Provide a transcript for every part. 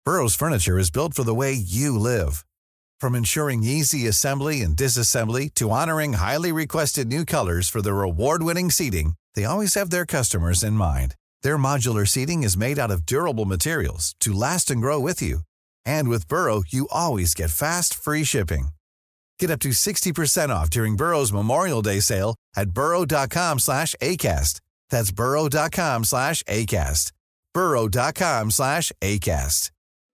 Burrow's furniture is built for the way you live. From ensuring easy assembly and disassembly to honoring highly requested new colors for their award-winning seating, they always have their customers in mind. Their modular seating is made out of durable materials to last and grow with you. And with Burrow, you always get fast, free shipping. Get up to 60% off during Burrow's Memorial Day sale at burrow.com/ACAST. That's burrow.com/ACAST. burrow.com/ACAST.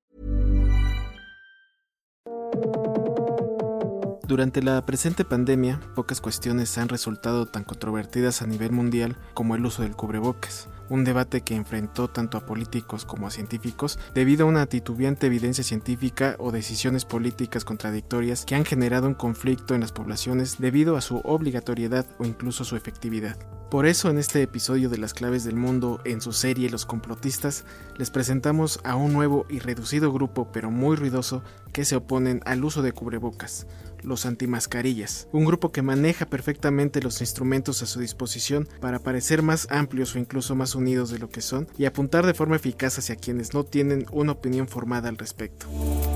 Durante la presente pandemia, pocas cuestiones han resultado tan controvertidas a nivel mundial como el uso del cubrebocas, un debate que enfrentó tanto a políticos como a científicos debido a una titubeante evidencia científica o decisiones políticas contradictorias que han generado un conflicto en las poblaciones debido a su obligatoriedad o incluso su efectividad. Por eso en este episodio de Las Claves del Mundo, en su serie Los Complotistas, les presentamos a un nuevo y reducido grupo pero muy ruidoso que se oponen al uso de cubrebocas, los antimascarillas, un grupo que maneja perfectamente los instrumentos a su disposición para parecer más amplios o incluso más unidos de lo que son y apuntar de forma eficaz hacia quienes no tienen una opinión formada al respecto.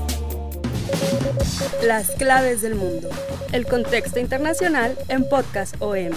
Las Claves del Mundo, el contexto internacional en Podcast OM.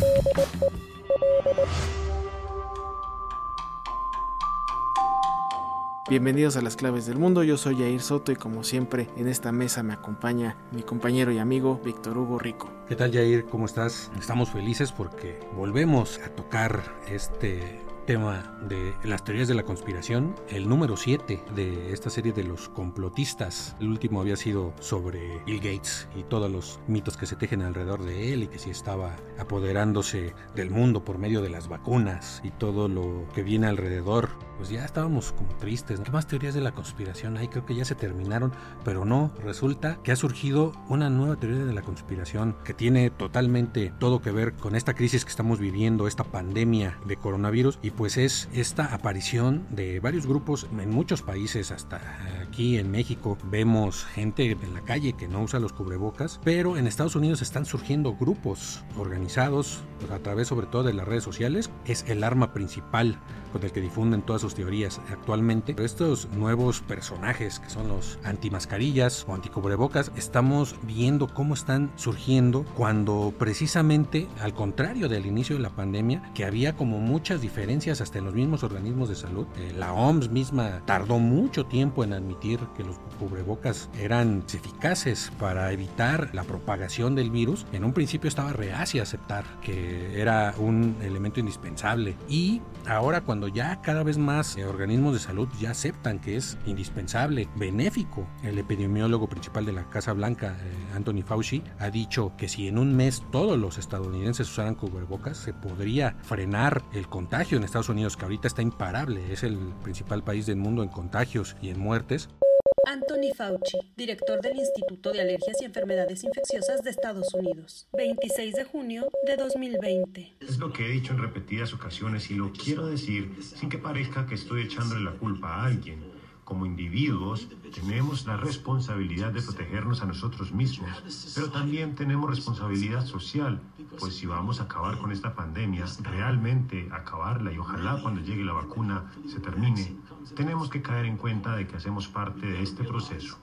Bienvenidos a Las Claves del Mundo, yo soy Yair Soto y como siempre en esta mesa me acompaña mi compañero y amigo Víctor Hugo Rico. ¿Qué tal, Yair? ¿Cómo estás? Estamos felices porque volvemos a tocar este tema de las teorías de la conspiración, el número 7 de esta serie de los complotistas. El último había sido sobre Bill Gates y todos los mitos que se tejen alrededor de él y que si estaba apoderándose del mundo por medio de las vacunas y todo lo que viene alrededor. Pues ya estábamos como tristes, ¿no? ¿Qué más teorías de la conspiración hay? Creo que ya se terminaron, pero no, resulta que ha surgido una nueva teoría de la conspiración que tiene totalmente todo que ver con esta crisis que estamos viviendo, esta pandemia de coronavirus, y pues es esta aparición de varios grupos en muchos países, hasta aquí en México vemos gente en la calle que no usa los cubrebocas, pero en Estados Unidos están surgiendo grupos organizados pues a través sobre todo de las redes sociales. Es el arma principal con el que difunden todas sus teorías actualmente. Pero estos nuevos personajes que son los antimascarillas o anticubrebocas, estamos viendo cómo están surgiendo cuando precisamente al contrario del inicio de la pandemia, que había como muchas diferencias hasta en los mismos organismos de salud. La OMS misma tardó mucho tiempo en admitir que los cubrebocas eran eficaces para evitar la propagación del virus. En un principio estaba reacia a aceptar que era un elemento indispensable, y ahora cuando ya cada vez más organismos de salud ya aceptan que es indispensable, benéfico, el epidemiólogo principal de la Casa Blanca, Anthony Fauci, ha dicho que si en un mes todos los estadounidenses usaran cubrebocas se podría frenar el contagio en Estados Unidos, que ahorita está imparable, es el principal país del mundo en contagios y en muertes. Anthony Fauci, director del Instituto de Alergias y Enfermedades Infecciosas de Estados Unidos, 26 de junio de 2020. Es lo que he dicho en repetidas ocasiones y lo quiero decir sin que parezca que estoy echándole la culpa a alguien. Como individuos, tenemos la responsabilidad de protegernos a nosotros mismos, pero también tenemos responsabilidad social, pues si vamos a acabar con esta pandemia, realmente acabarla, y ojalá cuando llegue la vacuna se termine, tenemos que caer en cuenta de que hacemos parte de este proceso.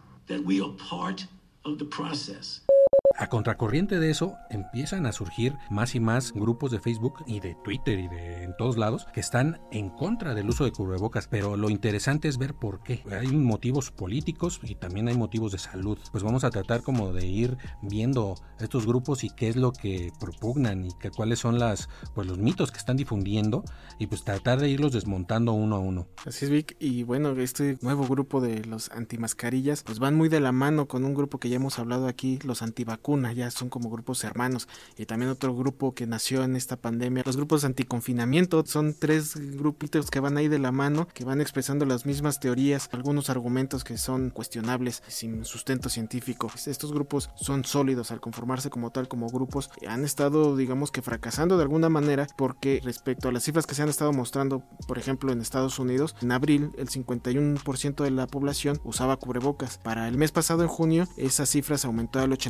A contracorriente de eso, empiezan a surgir más y más grupos de Facebook y de Twitter y de en todos lados que están en contra del uso de cubrebocas, pero lo interesante es ver por qué. Hay motivos políticos y también hay motivos de salud. Pues vamos a tratar como de ir viendo estos grupos y qué es lo que propugnan y cuáles son los mitos que están difundiendo, y pues tratar de irlos desmontando uno a uno. Así es, Vic, y bueno, este nuevo grupo de los antimascarillas pues van muy de la mano con un grupo que ya hemos hablado aquí, los antivacuna, ya son como grupos hermanos, y también otro grupo que nació en esta pandemia, los grupos anticonfinamiento. Son tres grupitos que van ahí de la mano, que van expresando las mismas teorías, algunos argumentos que son cuestionables, sin sustento científico. Estos grupos son sólidos al conformarse como tal, como grupos. Han estado, digamos que fracasando de alguna manera, porque respecto a las cifras que se han estado mostrando, por ejemplo en Estados Unidos, en abril el 51% de la población usaba cubrebocas. Para el mes pasado, en junio, esa cifra se aumentó al 86%.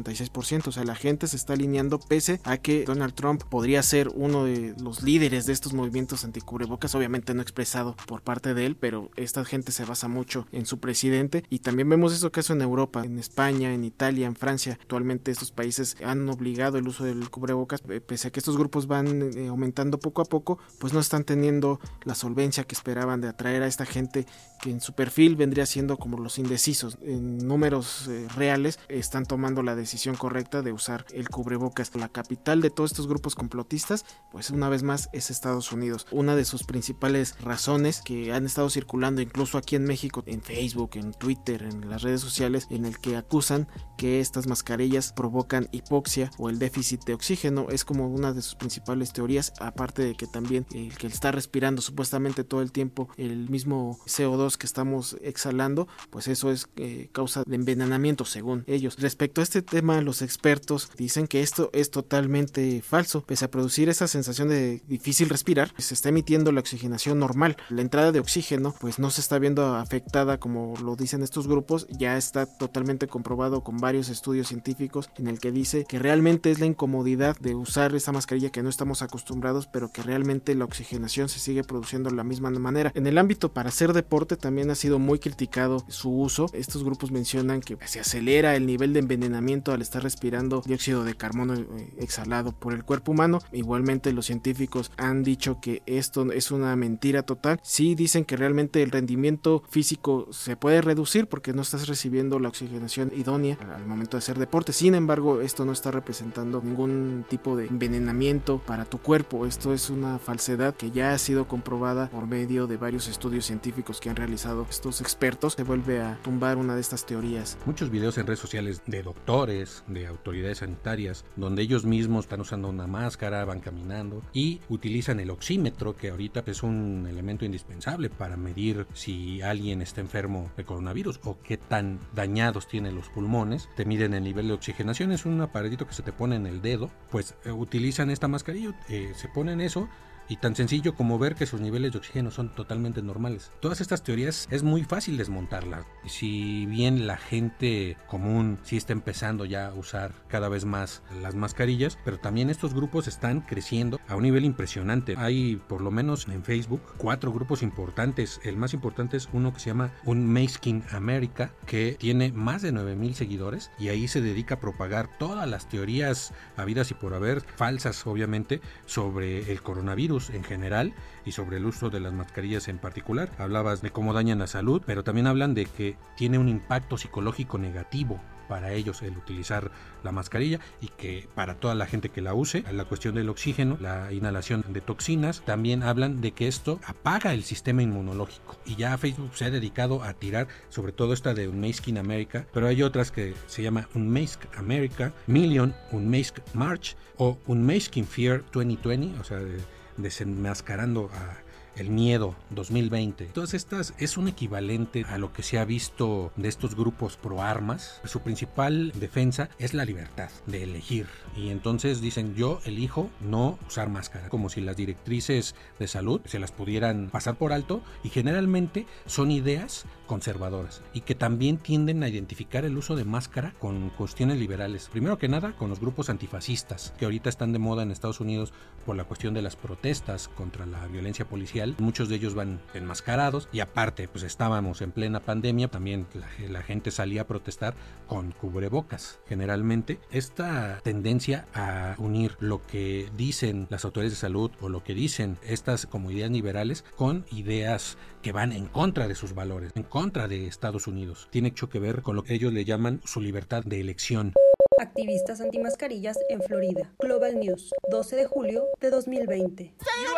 100%, o sea, la gente se está alineando pese a que Donald Trump podría ser uno de los líderes de estos movimientos anticubrebocas, obviamente no expresado por parte de él, pero esta gente se basa mucho en su presidente. Y también vemos eso caso en Europa, en España, en Italia, en Francia. Actualmente estos países han obligado el uso del cubrebocas, pese a que estos grupos van aumentando poco a poco, pues no están teniendo la solvencia que esperaban de atraer a esta gente que en su perfil vendría siendo como los indecisos. En números reales están tomando la decisión correcta de usar el cubrebocas. La capital de todos estos grupos complotistas, pues una vez más es Estados Unidos. Una de sus principales razones que han estado circulando incluso aquí en México, en Facebook, en Twitter, en las redes sociales, en el que acusan que estas mascarillas provocan hipoxia o el déficit de oxígeno, es como una de sus principales teorías, aparte de que también el que está respirando supuestamente todo el tiempo el mismo CO2 que estamos exhalando, pues eso es causa de envenenamiento según ellos. Respecto a este tema, los expertos dicen que esto es totalmente falso. Pese a producir esa sensación de difícil respirar, se está emitiendo la oxigenación normal. La entrada de oxígeno pues no se está viendo afectada como lo dicen estos grupos. Ya está totalmente comprobado con varios estudios científicos en el que dice que realmente es la incomodidad de usar esa mascarilla que no estamos acostumbrados, pero que realmente la oxigenación se sigue produciendo de la misma manera. En el ámbito para hacer deporte también ha sido muy criticado su uso. Estos grupos mencionan que se acelera el nivel de envenenamiento al estar respirando dióxido de carbono exhalado por el cuerpo humano. Igualmente los científicos han dicho que esto es una mentira total. Sí dicen que realmente el rendimiento físico se puede reducir porque no estás recibiendo la oxigenación idónea al momento de hacer deporte. Sin embargo, esto no está representando ningún tipo de envenenamiento para tu cuerpo. Esto es una falsedad que ya ha sido comprobada por medio de varios estudios científicos que han realizado estos expertos. Se vuelve a tumbar una de estas teorías. Muchos videos en redes sociales de doctores, de autoridades sanitarias, donde ellos mismos están usando una máscara, van caminando y utilizan el oxímetro, que ahorita es un elemento indispensable para medir si alguien está enfermo de coronavirus o qué tan dañados tienen los pulmones. Te miden el nivel de oxigenación, es un aparatito que se te pone en el dedo, pues utilizan esta mascarilla, se ponen eso. Y tan sencillo como ver que sus niveles de oxígeno son totalmente normales. Todas estas teorías es muy fácil desmontarlas. Si bien la gente común sí está empezando ya a usar cada vez más las mascarillas, pero también estos grupos están creciendo a un nivel impresionante. Hay por lo menos en Facebook 4 grupos importantes. El más importante es uno que se llama Unmasking America, que tiene más de 9,000 seguidores y ahí se dedica a propagar todas las teorías habidas y por haber, falsas obviamente, sobre el coronavirus en general y sobre el uso de las mascarillas en particular. Hablabas de cómo dañan la salud, pero también hablan de que tiene un impacto psicológico negativo para ellos el utilizar la mascarilla y que para toda la gente que la use, la cuestión del oxígeno, la inhalación de toxinas, también hablan de que esto apaga el sistema inmunológico y ya Facebook se ha dedicado a tirar sobre todo esta de Unmasking America, pero hay otras que se llama Unmask America, Million Unmask March o Unmasking Fear 2020, o sea, desenmascarando a el miedo 2020. Todas estas es un equivalente a lo que se ha visto de estos grupos pro armas. Su principal defensa es la libertad de elegir y entonces dicen yo elijo no usar máscara, como si las directrices de salud se las pudieran pasar por alto, y generalmente son ideas conservadoras y que también tienden a identificar el uso de máscara con cuestiones liberales. Primero que nada con los grupos antifascistas que ahorita están de moda en Estados Unidos por la cuestión de las protestas contra la violencia policial. Muchos de ellos van enmascarados y aparte pues estábamos en plena pandemia, también la gente salía a protestar con cubrebocas. Generalmente esta tendencia a unir lo que dicen las autoridades de salud o lo que dicen estas como ideas liberales con ideas que van en contra de sus valores, en contra de Estados Unidos, tiene mucho que ver con lo que ellos le llaman su libertad de elección. Activistas antimascarillas en Florida. Global News, 12 de julio de 2020.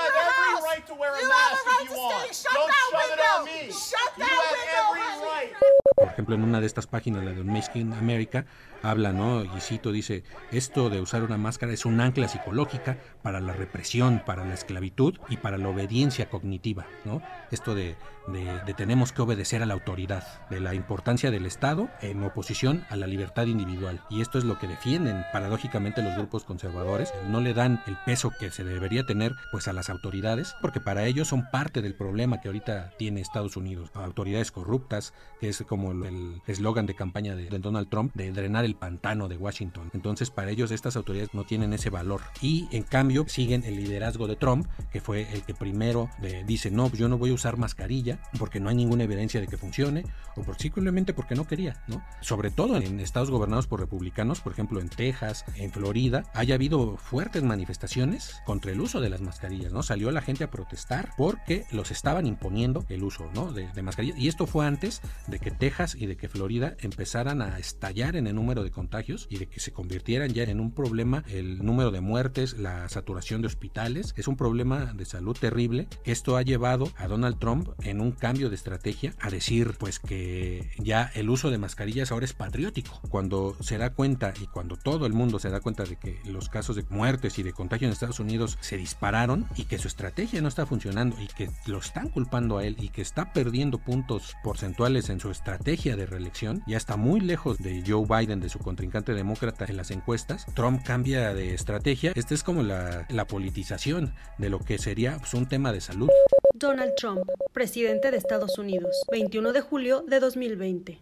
Por ejemplo, en una de estas páginas, la de Unmasking America, habla, ¿no? Y cito, dice, esto de usar una máscara es un ancla psicológica para la represión, para la esclavitud y para la obediencia cognitiva, ¿no? Esto de de tenemos que obedecer a la autoridad, de la importancia del Estado en oposición a la libertad individual. Y esto es lo que defienden paradójicamente los grupos conservadores. No le dan el peso que se debería tener pues a las autoridades, porque para ellos son parte del problema que ahorita tiene Estados Unidos. Autoridades corruptas, que es como el eslogan de campaña de Donald Trump, de drenar el pantano de Washington. Entonces para ellos estas autoridades no tienen ese valor, y en cambio siguen el liderazgo de Trump, que fue el que primero dice, no, yo no voy a usar mascarilla porque no hay ninguna evidencia de que funcione, o simplemente porque no quería, ¿no? Sobre todo en estados gobernados por republicanos, por ejemplo en Texas, en Florida, haya habido fuertes manifestaciones contra el uso de las mascarillas, ¿no? Salió la gente a protestar porque los estaban imponiendo el uso, ¿no? de mascarillas, y esto fue antes de que Texas y de que Florida empezaran a estallar en el número de contagios y de que se convirtieran ya en un problema el número de muertes, la saturación de hospitales. Es un problema de salud terrible. Esto ha llevado a Donald Trump en un cambio de estrategia a decir pues que ya el uso de mascarillas ahora es patriótico. Cuando se da cuenta, y cuando todo el mundo se da cuenta de que los casos de muertes y de contagio en Estados Unidos se dispararon y que su estrategia no está funcionando y que lo están culpando a él y que está perdiendo puntos porcentuales en su estrategia de reelección, ya está muy lejos de Joe Biden, de su contrincante demócrata en las encuestas. Trump cambia de estrategia. Esta es como la politización de lo que sería pues, un tema de salud. Donald Trump, presidente de Estados Unidos, 21 de julio de 2020.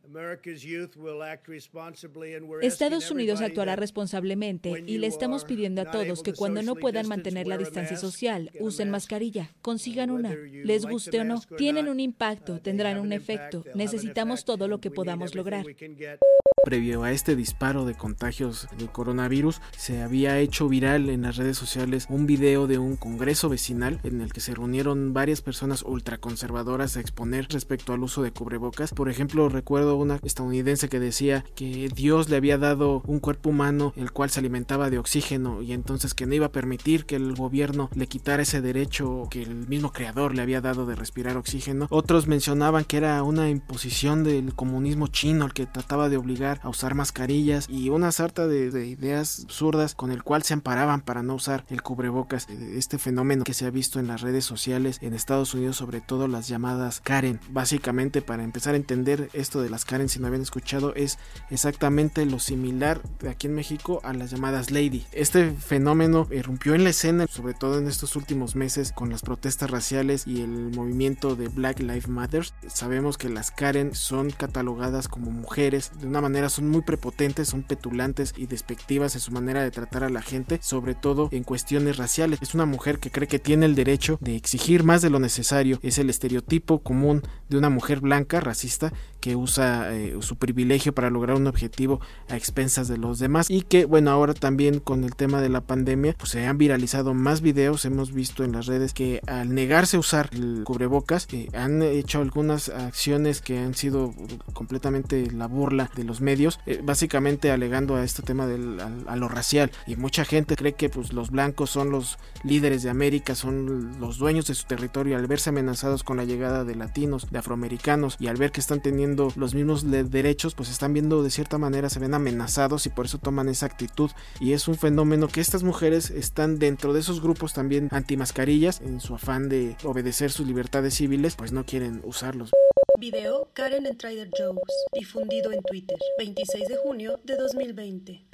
Estados Unidos actuará responsablemente y le estamos pidiendo a todos que cuando no puedan mantener la distancia social, usen mascarilla, consigan una, les guste o no, tienen un impacto, tendrán un efecto, necesitamos todo lo que podamos lograr. Previo a este disparo de contagios del coronavirus, se había hecho viral en las redes sociales un video de un congreso vecinal en el que se reunieron varias personas ultraconservadoras a exponer respecto al uso de cubrebocas. Por ejemplo, recuerdo una estadounidense que decía que Dios le había dado un cuerpo humano el cual se alimentaba de oxígeno y entonces que no iba a permitir que el gobierno le quitara ese derecho que el mismo creador le había dado de respirar oxígeno. Otros mencionaban que era una imposición del comunismo chino el que trataba de obligar a usar mascarillas, y una sarta de ideas absurdas con el cual se amparaban para no usar el cubrebocas. Este fenómeno que se ha visto en las redes sociales en Estados Unidos, sobre todo las llamadas Karen. Básicamente, para empezar a entender esto de las Karen, si no habían escuchado, es exactamente lo similar de aquí en México a las llamadas Lady. Este fenómeno irrumpió en la escena, sobre todo en estos últimos meses, con las protestas raciales y el movimiento de Black Lives Matter. Sabemos que las Karen son catalogadas como mujeres, de una manera son muy prepotentes, son petulantes y despectivas en su manera de tratar a la gente, sobre todo en cuestiones raciales. Es una mujer que cree que tiene el derecho de exigir más de lo necesario. Es el estereotipo común de una mujer blanca, racista, que usa su privilegio para lograr un objetivo a expensas de los demás, y que bueno, ahora también con el tema de la pandemia pues se han viralizado más videos. Hemos visto en las redes que al negarse a usar el cubrebocas han hecho algunas acciones que han sido completamente la burla de los medios, básicamente alegando a este tema a lo racial, y mucha gente cree que pues los blancos son los líderes de América, son los dueños de su territorio. Al verse amenazados con la llegada de latinos, de afroamericanos, y al ver que están teniendo los mismos derechos, pues están viendo de cierta manera, se ven amenazados y por eso toman esa actitud. Y es un fenómeno que estas mujeres están dentro de esos grupos también antimascarillas, en su afán de obedecer sus libertades civiles, pues no quieren usarlos. Video Karen en Trader Joe's, difundido en Twitter, 26 de junio de 2020.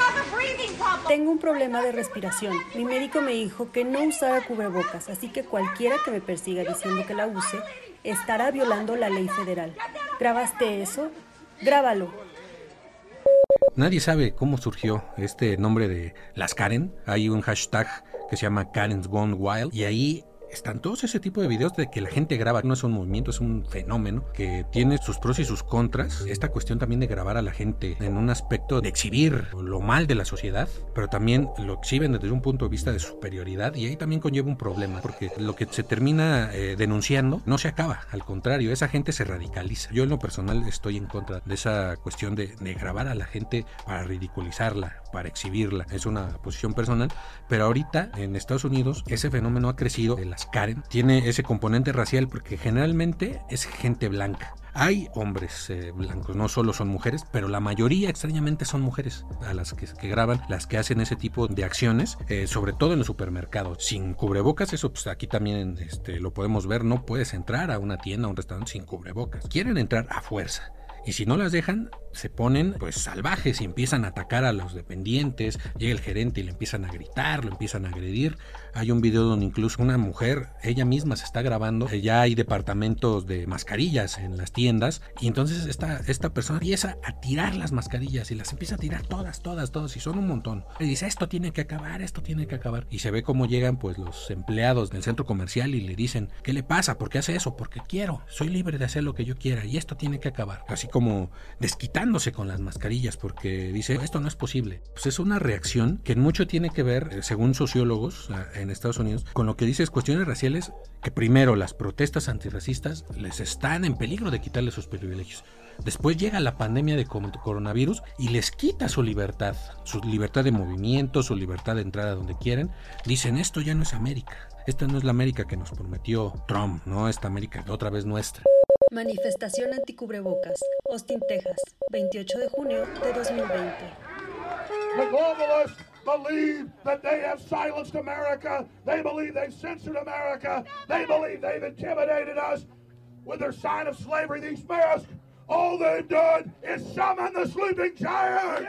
Tengo un problema de respiración. Mi médico me dijo que no usara cubrebocas, así que cualquiera que me persiga diciendo que la use estará violando la ley federal. ¿Grabaste eso? Grábalo. Nadie sabe cómo surgió este nombre de las Karen. Hay un hashtag que se llama Karen's Gone Wild, y ahí están todos ese tipo de videos de que la gente graba. No es un movimiento, es un fenómeno que tiene sus pros y sus contras. Esta cuestión también de grabar a la gente en un aspecto de exhibir lo mal de la sociedad, pero también lo exhiben desde un punto de vista de superioridad, y ahí también conlleva un problema, porque lo que se termina denunciando no se acaba, al contrario, esa gente se radicaliza. Yo en lo personal estoy en contra de esa cuestión de grabar a la gente para ridiculizarla, para exhibirla. Es una posición personal, pero ahorita en Estados Unidos ese fenómeno ha crecido de las las Karen, tiene ese componente racial porque generalmente es gente blanca. Hay hombres blancos, no solo son mujeres, pero la mayoría extrañamente son mujeres a las que graban, las que hacen ese tipo de acciones, sobre todo en los supermercados. Sin cubrebocas, eso pues aquí también lo podemos ver, no puedes entrar a una tienda, a un restaurante sin cubrebocas. Quieren entrar a fuerza. Y si no las dejan, se ponen pues salvajes y empiezan a atacar a los dependientes. Llega el gerente y le empiezan a gritar, lo empiezan a agredir. Hay un video donde incluso una mujer, ella misma se está grabando. Ya hay departamentos de mascarillas en las tiendas. Y entonces esta persona empieza a tirar las mascarillas y las empieza a tirar todas. Y son un montón. Y dice, esto tiene que acabar. Y se ve cómo llegan pues los empleados del centro comercial y le dicen, ¿qué le pasa? ¿Por qué hace eso? Porque quiero. Soy libre de hacer lo que yo quiera y esto tiene que acabar. Así como desquitándose con las mascarillas porque dice, esto no es posible. Pues es una reacción que mucho tiene que ver, según sociólogos en Estados Unidos, con lo que dice cuestiones raciales, que primero las protestas antirracistas les están en peligro de quitarle sus privilegios. Después llega la pandemia de coronavirus y les quita su libertad de movimiento, su libertad de entrar a donde quieren. Dicen, esto ya no es América. Esta no es la América que nos prometió Trump, ¿no? Esta América otra vez nuestra. Manifestación anticubrebocas, Austin, Texas, 28 de junio de 2020. The globalists believe that they have silenced America. They believe they've censored America. They believe they've intimidated us with their sign of slavery, these masks. All they've done is summon the sleeping giant.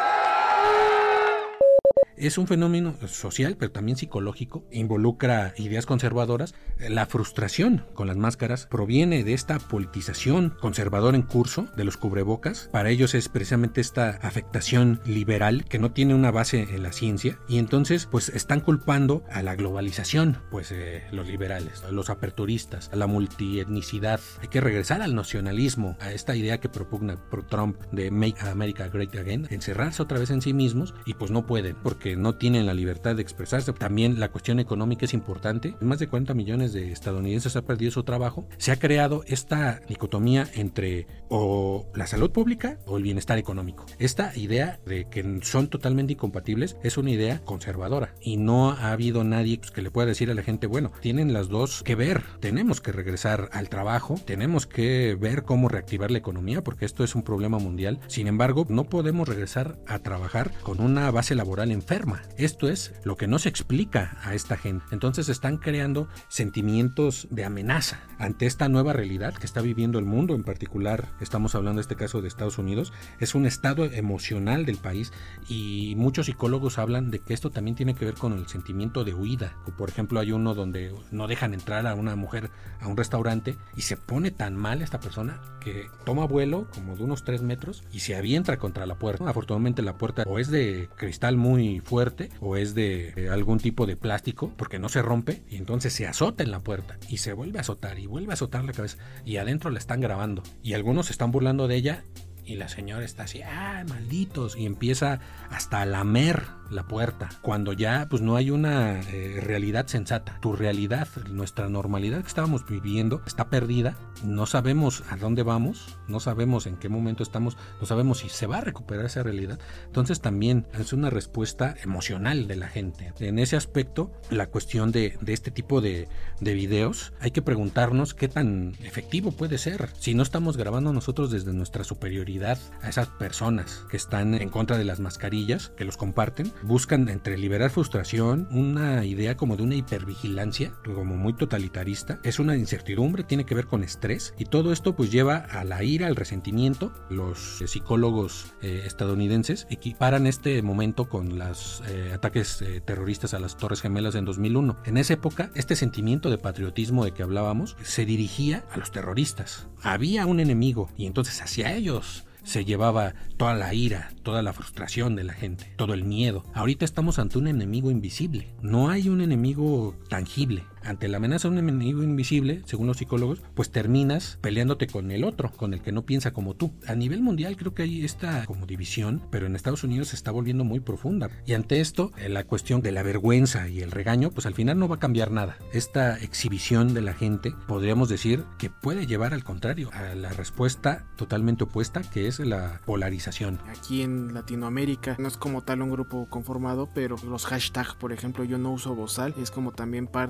Es un fenómeno social, pero también psicológico, involucra ideas conservadoras. La frustración con las máscaras proviene de esta politización conservadora en curso de los cubrebocas. Para ellos es precisamente esta afectación liberal que no tiene una base en la ciencia y entonces pues están culpando a la globalización, pues los liberales, los aperturistas, a la multietnicidad. Hay que regresar al nacionalismo, a esta idea que propugna Trump de Make America Great Again, encerrarse otra vez en sí mismos y pues no pueden porque no tienen la libertad de expresarse. También la cuestión económica es importante. Más de 40 millones de estadounidenses han perdido su trabajo. Se ha creado esta dicotomía entre o la salud pública o el bienestar económico. Esta idea de que son totalmente incompatibles es una idea conservadora y no ha habido nadie que le pueda decir a la gente, bueno, tienen las dos que ver. Tenemos que regresar al trabajo, tenemos que ver cómo reactivar la economía porque esto es un problema mundial. Sin embargo, no podemos regresar a trabajar con una base laboral enferma. Esto es lo que no se explica a esta gente. Entonces están creando sentimientos de amenaza ante esta nueva realidad que está viviendo el mundo. En particular, estamos hablando de este caso de Estados Unidos. Es un estado emocional del país y muchos psicólogos hablan de que esto también tiene que ver con el sentimiento de huida. Por ejemplo, hay uno donde no dejan entrar a una mujer a un restaurante y se pone tan mal esta persona que toma vuelo como de unos 3 metros y se avienta contra la puerta. Afortunadamente la puerta o es de cristal muy fuerte o es de algún tipo de plástico porque no se rompe y entonces se azota en la puerta y se vuelve a azotar y vuelve a azotar la cabeza y adentro la están grabando y algunos se están burlando de ella y la señora está así, malditos, y empieza hasta a lamer la puerta, cuando ya pues no hay una realidad sensata. Tu realidad, nuestra normalidad que estábamos viviendo está perdida, no sabemos a dónde vamos, no sabemos en qué momento estamos, no sabemos si se va a recuperar esa realidad. Entonces también es una respuesta emocional de la gente. En ese aspecto, la cuestión de este tipo de videos, hay que preguntarnos qué tan efectivo puede ser si no estamos grabando nosotros desde nuestra superioridad a esas personas que están en contra de las mascarillas, que los comparten, buscan entre liberar frustración, una idea como de una hipervigilancia, como muy totalitarista, es una incertidumbre, tiene que ver con estrés y todo esto pues lleva a la ira, al resentimiento. Los psicólogos estadounidenses equiparan este momento con los ataques terroristas a las Torres Gemelas en 2001. En esa época, este sentimiento de patriotismo de que hablábamos se dirigía a los terroristas. Había un enemigo y entonces hacia ellos se llevaba toda la ira, toda la frustración de la gente, todo el miedo. Ahorita estamos ante un enemigo invisible. No hay un enemigo tangible. Ante la amenaza de un enemigo invisible, según los psicólogos, pues terminas peleándote con el otro, con el que no piensa como tú. A nivel mundial creo que hay esta como división, pero en Estados Unidos se está volviendo muy profunda. Y ante esto, la cuestión de la vergüenza y el regaño, pues al final no va a cambiar nada. Esta exhibición de la gente, podríamos decir que puede llevar al contrario, a la respuesta totalmente opuesta, que es la polarización. Aquí en Latinoamérica no es como tal un grupo conformado, pero los hashtags, por ejemplo, yo no uso bozal, es como también parte de estos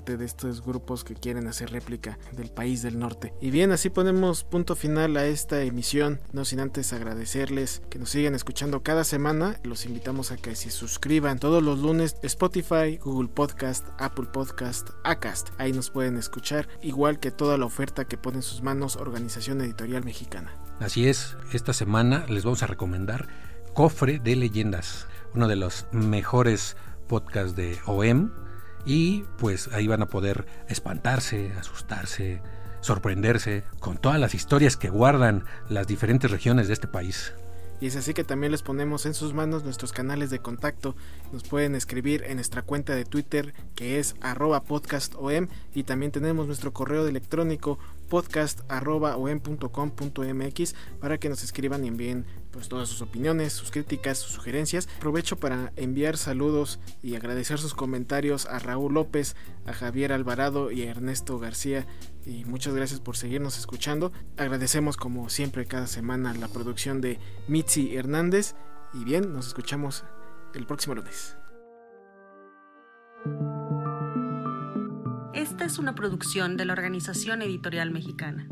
estos grupos que quieren hacer réplica del país del norte. Y bien, así ponemos punto final a esta emisión, no sin antes agradecerles que nos sigan escuchando cada semana. Los invitamos a que se suscriban todos los lunes, Spotify, Google Podcast, Apple Podcast, Acast. Ahí nos pueden escuchar, igual que toda la oferta que pone en sus manos Organización Editorial Mexicana. Así es, esta semana les vamos a recomendar Cofre de Leyendas, uno de los mejores podcasts de OEM, y pues ahí van a poder espantarse, asustarse, sorprenderse con todas las historias que guardan las diferentes regiones de este país. Y es así que también les ponemos en sus manos nuestros canales de contacto. Nos pueden escribir en nuestra cuenta de Twitter, que es @podcastom, y también tenemos nuestro correo electrónico podcast@om.com.mx para que nos escriban y envíen pues todas sus opiniones, sus críticas, sus sugerencias. Aprovecho para enviar saludos y agradecer sus comentarios a Raúl López, a Javier Alvarado y a Ernesto García, y muchas gracias por seguirnos escuchando. Agradecemos como siempre cada semana la producción de Mitzi Hernández, y bien, nos escuchamos el próximo lunes. Esta es una producción de la Organización Editorial Mexicana.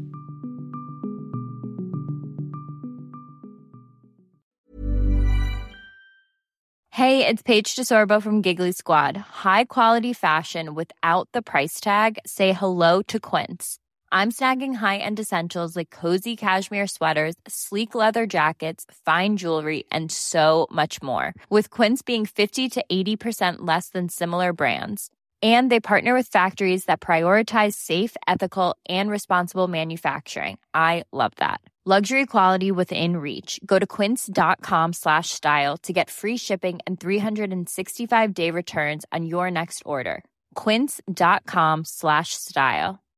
Hey, it's Paige DeSorbo from Giggly Squad. High quality fashion without the price tag. Say hello to Quince. I'm snagging high-end essentials like cozy cashmere sweaters, sleek leather jackets, fine jewelry, and so much more. With Quince being 50 to 80% less than similar brands. And they partner with factories that prioritize safe, ethical, and responsible manufacturing. I love that. Luxury quality within reach. Go to quince.com/style to get free shipping and 365-day returns on your next order. Quince.com/style.